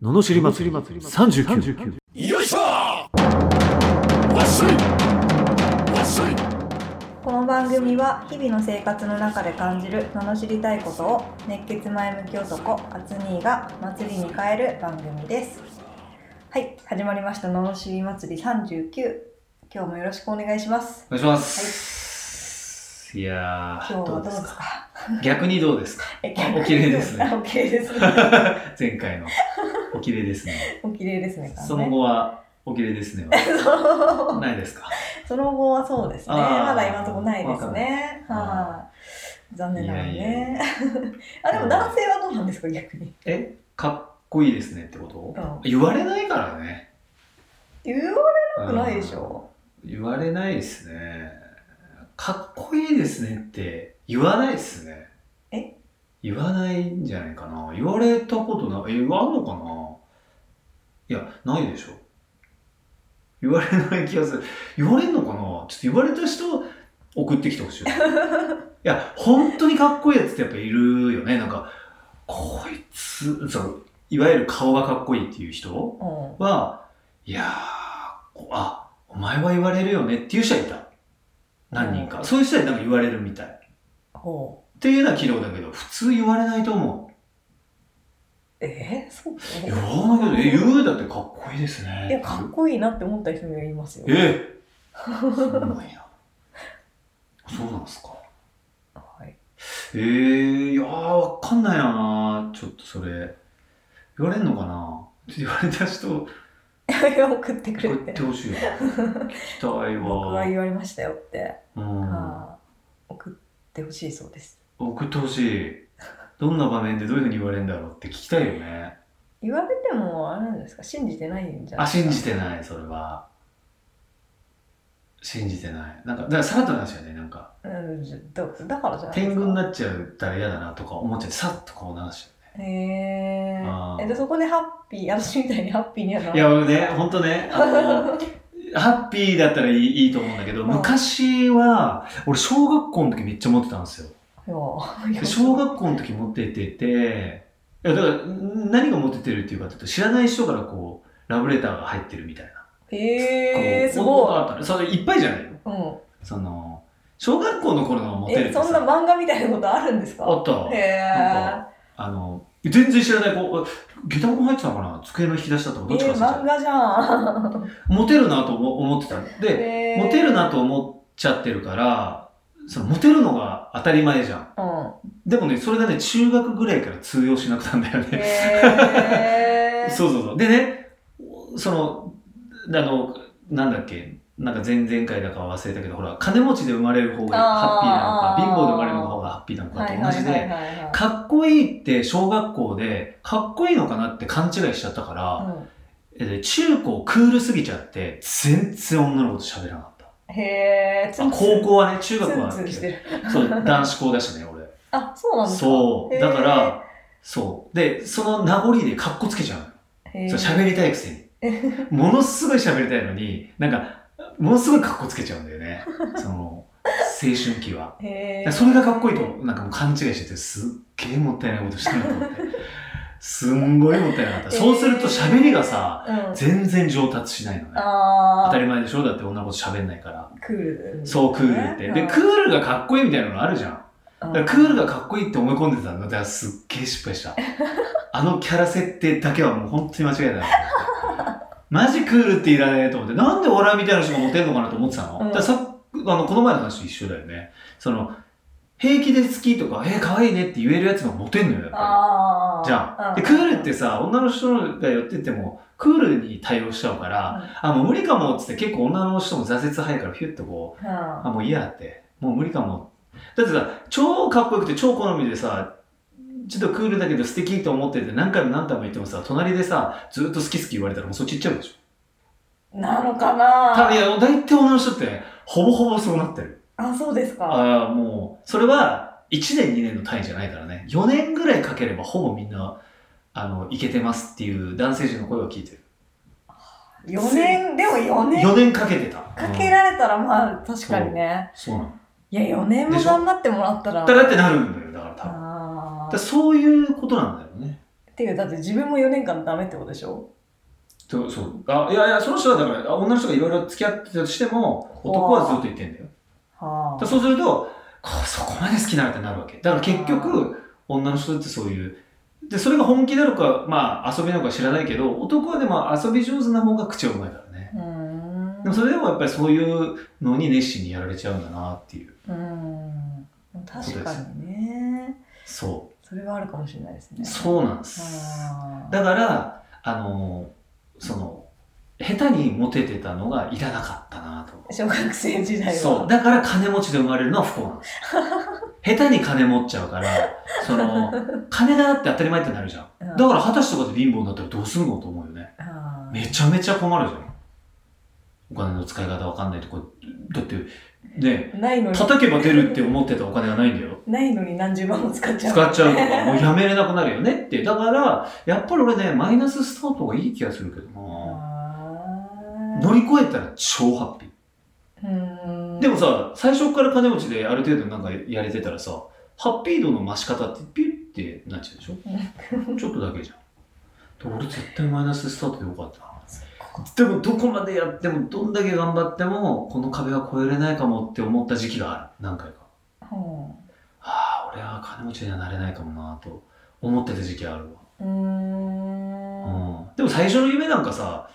ののしり祭り39。 よいしょわっしょいわっしょい。 この番組は日々の生活の中で感じる罵りたいことを熱血前向き男アツニーが祭りに変える番組です。はい、始まりました罵り祭り39。今日もよろしくお願いします。 お願いします。はい、いやー、 今日はどうですか？ 逆にどうですか？お綺麗ですね。 お綺麗ですね。 前回のお綺麗ですね。 お綺麗ですね。 その後はお綺麗ですね。ないですか？ その後はそうですね。まだ今のところないですね。はい、残念ながらね。あ、でも男性はどうなんですか逆に？ かっこいいですねってこと？言われないからね。 言われなくないでしょ？ 言われないですね。かっこいいですねって言わないですね。言わないんじゃないかな。言われたことない。言わんのかな。いや、ないでしょ。言われない気がする。言われんのかな。ちょっと言われた人送ってきてほしい。いや、本当にかっこいいやつってやっぱいるよね。なんか、こいつ、いわゆる顔がかっこいいっていう人は、いやー、お前は言われるよねっていう人はいた。何人か。そういう人はなんか言われるみたい。っていうのは聞いたことだけど、普通言われないと思う。 そう言わないけど、言うだってかっこいいですね。 いや、かっこいいなって思った人にはいますよ。 そうなんや。そうなんすか。 はい。 いやー、わかんないな。ちょっとそれ。言われんのかな。言われた人、 送ってくれて。 送ってほしいわ。聞きたいわ。 僕は言われましたよって。送ってほしいそうです。 送ってほしい。どんな場面でどういうふうに言われるんだろうって聞きたいよね。 言われても、あれなんですか、信じてないんじゃないですか？ 信じてない、それは。信じてない。なんか、だからさらっとなんですよね、なんか。 だからじゃないですか。 天狗になっちゃったら嫌だなとか思っちゃって、さっとこう流しちゃう。 でそこでハッピー、私みたいにハッピーにはなる。 いや、俺ね、ほんとね、ハッピーだったらいいと思うんだけど、昔は、俺小学校の時めっちゃ持ってたんですよ。小学校の時持ってて、いや、だから何が持っててるっていうかというと、知らない人からこう、ラブレターが入ってるみたいな。 すごい。 それいっぱいじゃないの？小学校の頃の持ってるってさ。 そんな漫画みたいなことあるんですか？ あった。なんか、全然知らない子、下駄も入ってたのかな？机の引き出しだったかどっちか忘れちゃった。 漫画じゃん。 モテるなと思ってた。で、モテるなと思っちゃってるから、モテるのが当たり前じゃん。でもね、それがね、中学ぐらいから通用しなくなったんだよね。そう。でね、なんだっけ、なんか前々回だか忘れたけど、ほら、金持ちで生まれる方がハッピーなのか、貧乏で生まれる方がハッピーなのかと同じで、かっこいいって小学校で、かっこいいのかなって勘違いしちゃったから、中高クールすぎちゃって、全然女の子と喋らなかった。高校はね、中学は、そう、男子校だしね、俺。 そうなんですか？ そう。だから、そう。で、その名残でカッコつけちゃうの。喋りたいくせに。ものすごい喋りたいのに、なんか、ものすごいカッコつけちゃうんだよね。青春期は。それがかっこいいと、なんかもう勘違いしてて、すっげえもったいないことしてるなと思って。すんごいもったいなかった。そうすると喋りがさ、全然上達しないのね。当たり前でしょ？だって女の子と喋んないから。 クール。 そう、クールって。で、クールがかっこいいみたいなのあるじゃん。だからクールがかっこいいって思い込んでたの。だからすっげえ失敗した。あのキャラ設定だけはもう本当に間違いない。マジクールっていらねえと思って、なんで俺みたいな人がモテるのかなと思ってたの。だからこの前の話と一緒だよね。平気で好きとか、可愛いねって言えるやつがモテんのよ、やっぱり。じゃん。で、クールってさ、女の人が寄ってっても、クールに対応しちゃうから、もう無理かもっつって結構女の人も挫折早いからフュッとこう、もういいやって、もう無理かも。だってさ、超かっこよくて超好みでさ、ちょっとクールだけど素敵と思ってて何回も何回も言ってもさ、隣でさ、ずっと好き好き言われたらもうそっち行っちゃうでしょ。 なのかな？ 多分いや、大体女の人ってほぼほぼそうなってる。 そうですか。 もう、それは1年2年の単位じゃないからね。4年ぐらいかければほぼみんな、いけてますっていう男性陣の声を聞いてる。 4年、でも4年。 4年かけてた。 かけられたらまあ確かにね。 そうなの。 いや、4年も頑張ってもらったら。 だってなるんだよ、だから多分。そういうことなんだよね。 ていうだって自分も4年間ダメってことでしょ。 そういやその人はだから女の人がいろいろ付き合ってたとしても男はずっと言ってんだよ。 はあ、 そうするとそこまで好きなのってなるわけだから結局女の人ってそういうでそれが本気なのかまあ遊びなのか知らないけど男はでも遊び上手な方が口がうまいからね。でもそれでもやっぱりそういうのに熱心にやられちゃうんだなっていう。 確かにね。 そうそれはあるかもしれないですね。 そうなんです。だからその下手にモテてたのがいらなかったなと。 小学生時代は。 そうだから金持ちで生まれるのは不幸なんです下手に金持っちゃうから金だって当たり前ってなるじゃん、だから20歳とかで貧乏になったらどうするのと思うよね。めちゃめちゃ困るじゃん。お金の使い方わかんないとこだってね、 ないのに叩けば出るって思ってたお金がないんだよ。 ないのに何十万も使っちゃう、 使っちゃうとかもうやめれなくなるよねって。だからやっぱり俺ねマイナススタートがいい気がするけどな。乗り越えたら超ハッピー。でもさ最初から金持ちである程度なんかやれてたらさハッピー度の増し方ってピュッてなっちゃうでしょちょっとだけじゃん。俺絶対マイナススタートでよかったな。でもどこまでやってもどんだけ頑張ってもこの壁は越えれないかもって思った時期がある何回か。俺は金持ちにはなれないかもなと思ってた時期あるわ。でも最初の夢なんかさ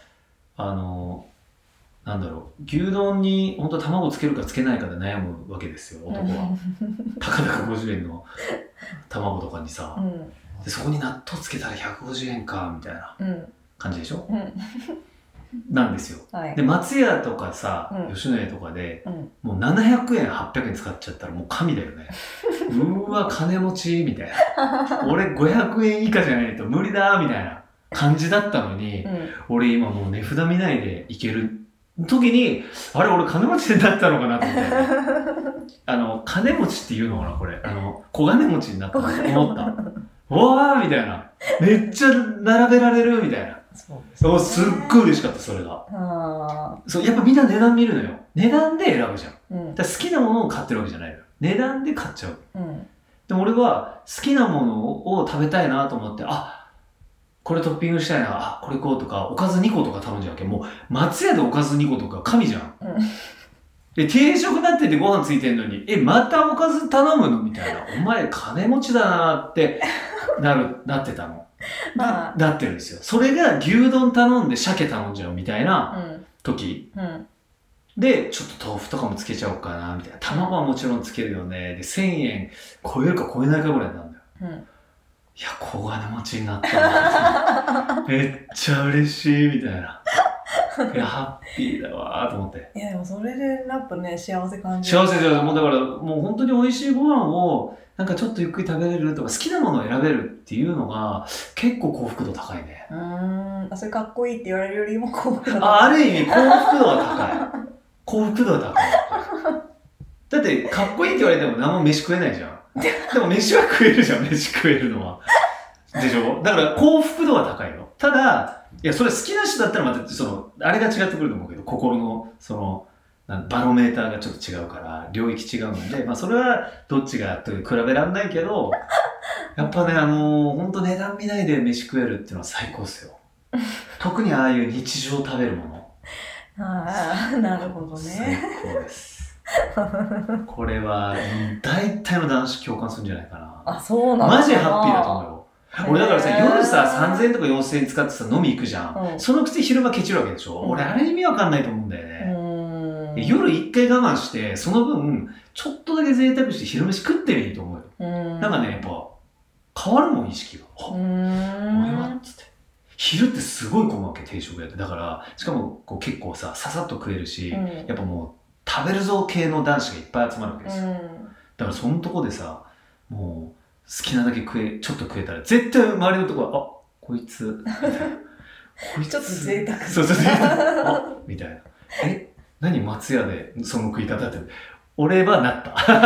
なんだろう牛丼に本当卵つけるかつけないかで悩むわけですよ男はたかだか50円の卵とかにさ、でそこに納豆つけたら150円かみたいな感じでしょ、なんですよ、で松屋とかさ、吉野家とかで、もう700円800円使っちゃったらもう神だよねうわ金持ちみたいな俺500円以下じゃないと無理だみたいな感じだったのに、俺今もう値札見ないでいける時にあれ俺金持ちになったのかなと思って金持ちっていうのかなこれ小金持ちになったと思ったうわーみたいなめっちゃ並べられるみたいな。そうすっごい嬉しかったそれが。そうやっぱみんな値段見るのよ。値段で選ぶじゃん、だから好きなものを買ってるわけじゃないのよ。値段で買っちゃう、でも俺は好きなものを食べたいなと思ってこれトッピングしたいなこれこうとかおかず2個とか頼んじゃうわけ。もう松屋でおかず2個とか神じゃん、で定食なっててご飯ついてんのにまたおかず頼むのみたいなお前金持ちだなってなってたのなってるんですよ。それが牛丼頼んで鮭頼んじゃうみたいな時、でちょっと豆腐とかもつけちゃおうかなみたいな。卵はもちろんつけるよねで1000円超えるか超えないかぐらいなんだよ、いや小金持ちになったなめっちゃ嬉しいみたいないやハッピーだわーと思って。 いやでもそれでやっぱね幸せ感じ幸せもうだからもう本当に美味しいご飯をなんかちょっとゆっくり食べれるとか好きなものを選べるっていうのが結構幸福度高いね。 それかっこいいって言われるよりも幸福度高い。 ある意味幸福度は高い幸福度は高いだってかっこいいって言われても何も飯食えないじゃんでも飯は食えるじゃん飯食えるのはでしょ。だから幸福度は高いよ。ただいやそれ好きな人だったらまたあれが違ってくると思うけど心のバロメーターがちょっと違うから領域違うので、それはどっちがと比べらんないけどやっぱねほんと値段見ないで飯食えるっていうのは最高ですよ特にああいう日常食べるものなるほどね。 最高ですこれは大体の男子共感するんじゃないかな。 そうなんだ。 マジハッピーだと思うよ。俺だからさ夜さ3000円とか4000円使ってさ飲み行くじゃん、そのくせ昼間ケチるわけでしょ、俺あれ意味わかんないと思うんだよね、夜一回我慢してその分ちょっとだけ贅沢して昼飯食ってりいいと思うよ。なんかねやっぱ変わるもん意識が。俺はっつって昼ってすごい混むわけ定食やって。だからしかも結構さささっと食えるし、やっぱもう食べるぞ系の男子がいっぱい集まるわけですよ、だからそのとこでさもう好きなだけちょっと食えたら絶対周りのとこはこいつみたいなこいつちょっと贅沢そう贅沢みたいな何松屋でその食い方って俺はな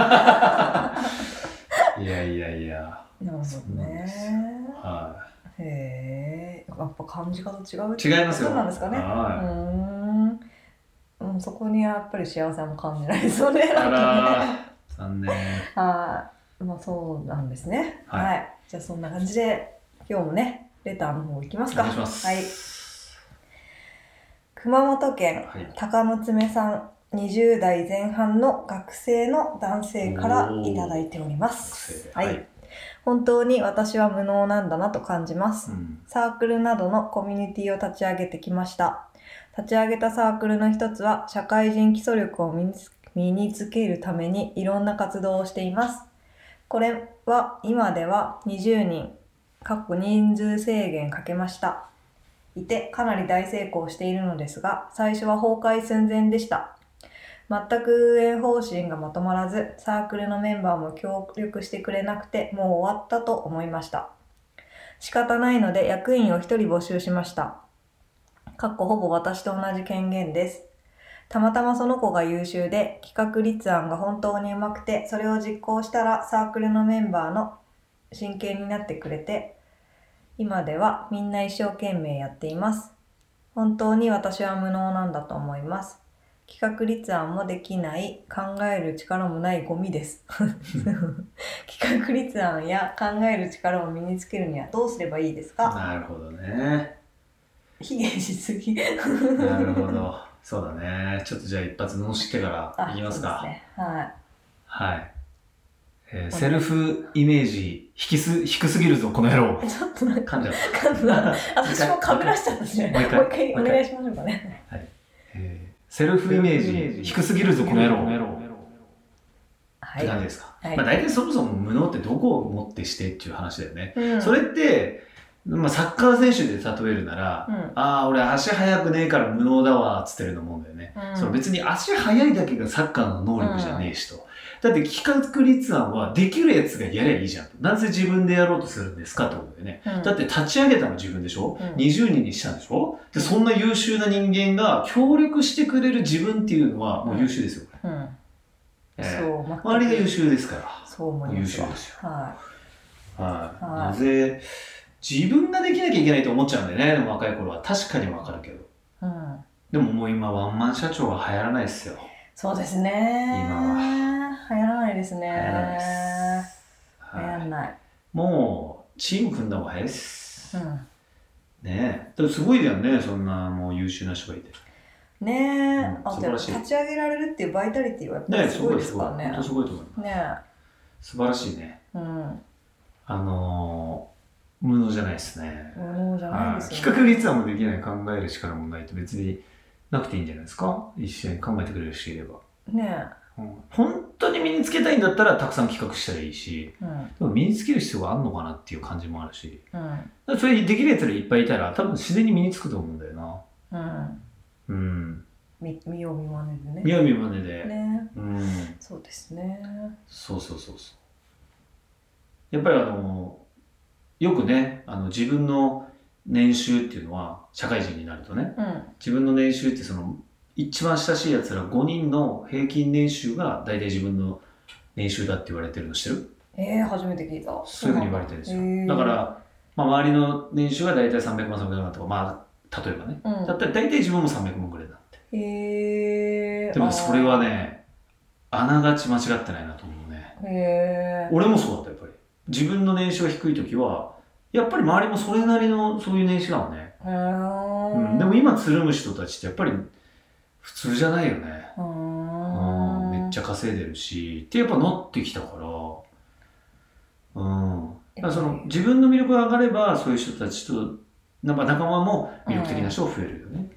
ったいやなるほどね。へえやっぱ感じ方違いますよ。そうなんですかね。そこにやっぱり幸せも感じられそうで残念。 そうなんですね。はい。じゃあそんな感じで今日もねレターの方いきますか。 お願いします。 はい。熊本県はい鷹の爪さん、20代前半の学生の男性からいただいております。はい。本当に私は無能なんだなと感じます。サークルなどのコミュニティを立ち上げてきました。立ち上げたサークルの一つは社会人基礎力を身につけるためにいろんな活動をしています。これは今では20人、人数制限かけました。いてかなり大成功しているのですが、最初は崩壊寸前でした。全く運営方針がまとまらず、サークルのメンバーも協力してくれなくて、もう終わったと思いました。仕方ないので役員を一人募集しました。ほぼ私と同じ権限です。たまたまその子が優秀で、企画立案が本当にうまくて、それを実行したらサークルのメンバーの真剣になってくれて、今ではみんな一生懸命やっています。本当に私は無能なんだと思います。企画立案もできない、考える力もないゴミです。企画立案や考える力を身につけるにはどうすればいいですか？ なるほどね。 卑下しすぎ。 なるほど。そうだね。ちょっとじゃあ一発のしてからいきますか。 そうですね。はい。 はい。セルフイメージ低すぎるぞこの野郎。 ちょっとなんか噛んじゃった。 私もかぶらしちゃったしね。もう一回お願いしましょうかね。 はい。セルフイメージ低すぎるぞこの野郎。って感じですか。 はい。 まあ大体そもそも無能ってどこをもってしてっていう話だよね。 うん、 それって、まあ、サッカー選手で例えるなら、ああ、俺足速くねえから無能だわっつってると思うんだよね。その別に足速いだけがサッカーの能力じゃねえしと。だって企画立案はできるやつがやりゃいいじゃん。なぜ自分でやろうとするんですかってことでね。だって立ち上げたの自分でしょ、20人にしたんでしょで、そんな優秀な人間が協力してくれる自分っていうのはもう優秀ですよ。周りが優秀ですから。 そう思います。 優秀ですよ。 はい。 なぜ、自分ができなきゃいけないと思っちゃうんだよね。でも若い頃は確かにわかるけど。でももう今ワンマン社長は流行らないですよ。 そうですね。 今は。 流行らないですね。 流行らないです。 流行らない。 もう、チーム組んだ方が早いです。ねえ。すごいじゃんね、そんなもう優秀な人がいて。 ねえ。あと立ち上げられるっていうバイタリティはやっぱりすごいですからね。 本当すごいと思います。 ねえ。 素晴らしいね。無能じゃないですね。 無能じゃないですよね。 企画立案もできない、考える力もないと別になくていいんじゃないですか。一緒に考えてくれる人いれば。 ねえ。本当に身につけたいんだったらたくさん企画したらいいし、でも身につける必要があるのかなっていう感じもあるし、それできるやつらいっぱいいたら多分自然に身につくと思うんだよな。見よう見まねでね。見よう見まねで。 ね。そうですね。 そう。やっぱりよくね、自分の年収っていうのは、社会人になるとね、自分の年収って一番親しいやつら5人の平均年収が大体自分の年収だって言われてるの知ってる？ 初めて聞いた。 そういうふうに言われてるんですよ。だから、周りの年収が大体300万、300万とか、例えばね。だったら大体自分も300万ぐらいだって。でもそれはね、あながち間違ってないなと思うね。俺もそうだった、やっぱり。自分の年収が低い時は、やっぱり周りもそれなりのそういう年収だもんね。でも今つるむ人たちってやっぱり普通じゃないよね。めっちゃ稼いでるし、ってやっぱなってきたから、だから自分の魅力が上がれば、そういう人たちと、仲間も魅力的な人が増えるよね。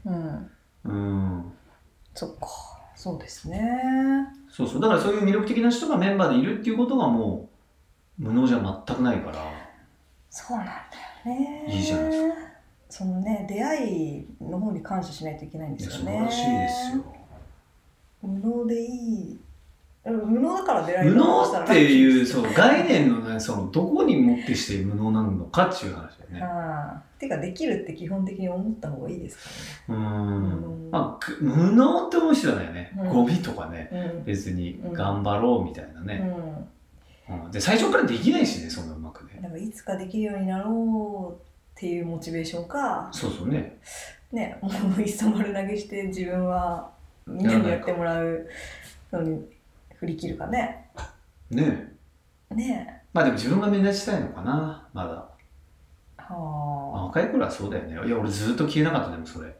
そっか、そうですね。 そう。だからそういう魅力的な人がメンバーでいるっていうことがもう、無能じゃ全くないから。 そうなんだよね。 いいじゃないですか。 そのね、出会いの方に感謝しないといけないんですよね。 素晴らしいですよ。 無能でいい。無能だから出会い無能っていう概念のね、どこにもってして無能なのかっていう話だよね。 てかできるって基本的に思った方がいいですからね。 無能って思う人だよね。ゴミとかね、別に頑張ろうみたいなね。で最初からできないしね、そんなうまくね。 だからいつかできるようになろうっていうモチベーションか。 そうね。 ね、もういっそ丸投げして自分はみんなにやってもらうのに振り切るかね。 ねえ。まあでも自分が目立ちたいのかな、まだ。 若い頃はそうだよね。いや俺ずっと消えなかった。でもそれ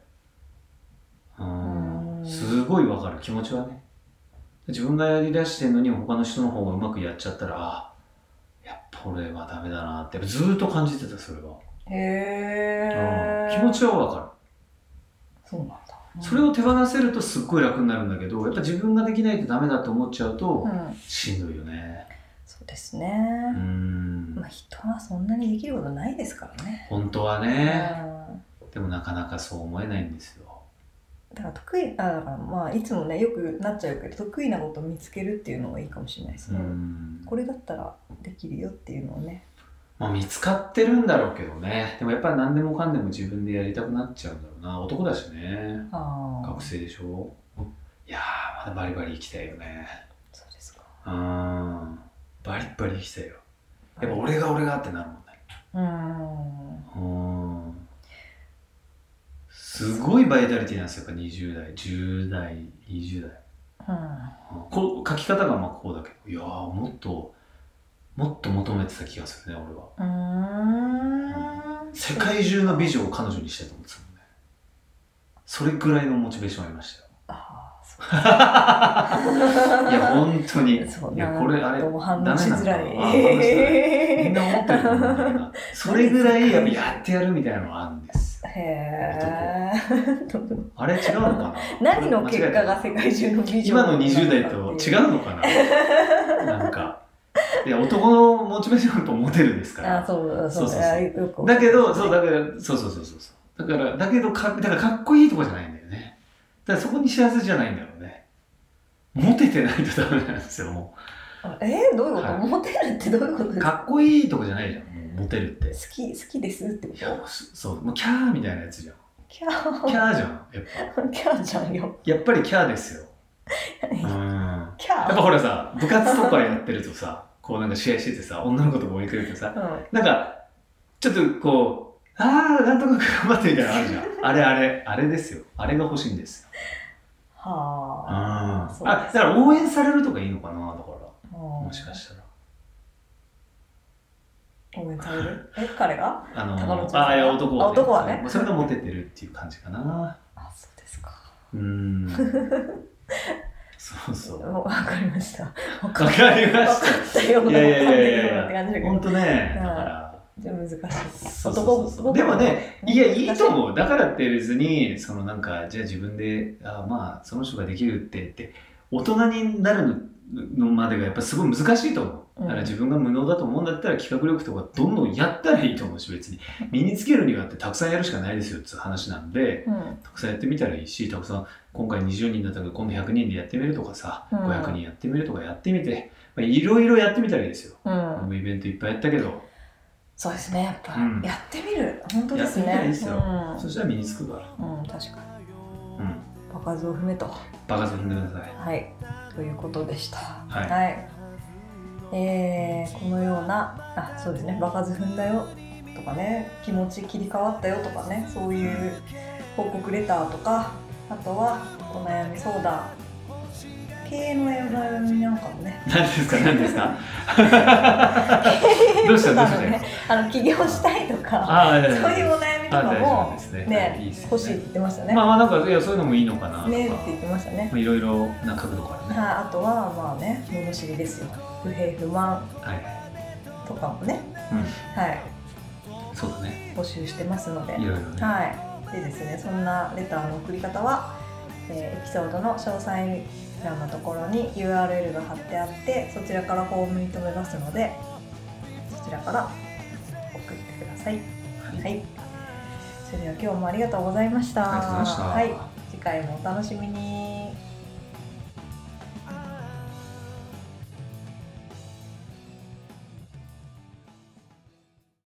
すごいわかる気持ちはね。自分がやりだしてんのに他の人の方がうまくやっちゃったら、やっぱ俺はダメだなってずっと感じてた。それは気持ちはわかる。 そうなんだ。 それを手放せるとすっごい楽になるんだけど、やっぱ自分ができないとダメだと思っちゃうと、しんどいよね。 そうですね。まあ人はそんなにできることないですからね。 本当はね。でもなかなかそう思えないんですよ。だからだからまあいつもねよくなっちゃうけど、得意なことを見つけるっていうのがいいかもしれないですね。これだったらできるよっていうのをね。まあ見つかってるんだろうけどね。でもやっぱり何でもかんでも自分でやりたくなっちゃうんだろうな。男だしね。学生でしょ。いやーまだバリバリ生きたいよね。 そうですか。 バリバリ生きたいよ。やっぱ俺がってなるもんね。すごいバイタリティなんですよ。やっぱ20代、10代、20代。書き方がまあこうだけど、いやーもっと求めてた気がするね、俺は。世界中の美女を彼女にしたいと思ってたもんね。それぐらいのモチベーションありましたよ。いや、本当に。いや、これ、あれ、ダメなのかな。みんな思ってると思うんだけど、それぐらいやっぱやってやるみたいなのがあるんです。あれ違うのかな。 何の結果が世界中の美女今の20代と違うのかな。なんか。いや男のモチベーションとモテるですから。そうだけどだけどかっこいいとこじゃないんだよね。だからそこに幸せじゃないんだろうね。モテてないとダメなんですよ。もうどういうこと、モテるってどういうことですか。 かっこいいとこじゃないじゃん。もうモテるって好きですってこと。 そうもうキャーみたいなやつじゃん。キャーじゃん。やっぱキャーじゃんよ。 やっぱりキャーですよ。やっぱほらさ、部活とかやってるとさ、こうなんか試合しててさ、女の子とか追いかけてさ、なんかちょっとこうなんとか頑張ってみたいなのあるじゃん。あれですよ。あれが欲しいんですよ。だから応援されるとかいいのかな。だからもしかしたら応援される。彼がいや男はね。 それがモテてるっていう感じかな。 そうですか。 そうわかりました。 わかりました。いや本当ね。だから難しい。 でもね、いやいいと思う。だからって別にそのなんかじゃあ自分でまあその人ができるって大人になるのまでがやっぱすごい難しいと思う。だから自分が無能だと思うんだったら企画力とかどんどんやったらいいと思うし、別に身につけるにはってたくさんやるしかないですよっていう話なんで、たくさんやってみたらいいし、たくさん今回20人だったけど今度100人でやってみるとかさ、500人やってみるとかやってみて、いろいろやってみたらいいですよ。イベントいっぱいやったけど。 そうですね、やっぱやってみる。本当ですね。 やってみたらいいですよ。そしたら身につくから。 確かに。場数を踏めと。 場数を踏んでください。 はい。ということでした。 はい。 このようなそうですね、場数踏んだよとかね、気持ち切り替わったよとかね、そういう報告レターとか、あとはお悩み相談、経営の悩みなんかもね。 何ですかどうした起業したいとか、そういうお悩みとかもね、欲しいって言ってましたね。 なんかそういうのもいいのかなねって言ってましたね。 いろいろな角度からね。 あとはまあね、罵りですよ。不平不満とかもね。 そうだね。 募集してますので。 いろいろね。 でですね、そんなレターの送り方はエピソードの詳細欄のところに URL が貼ってあって、そちらからフォームに留めますので、そちらから送ってください。はい。それでは今日もありがとうございました。 ありがとうございました。 次回もお楽しみに。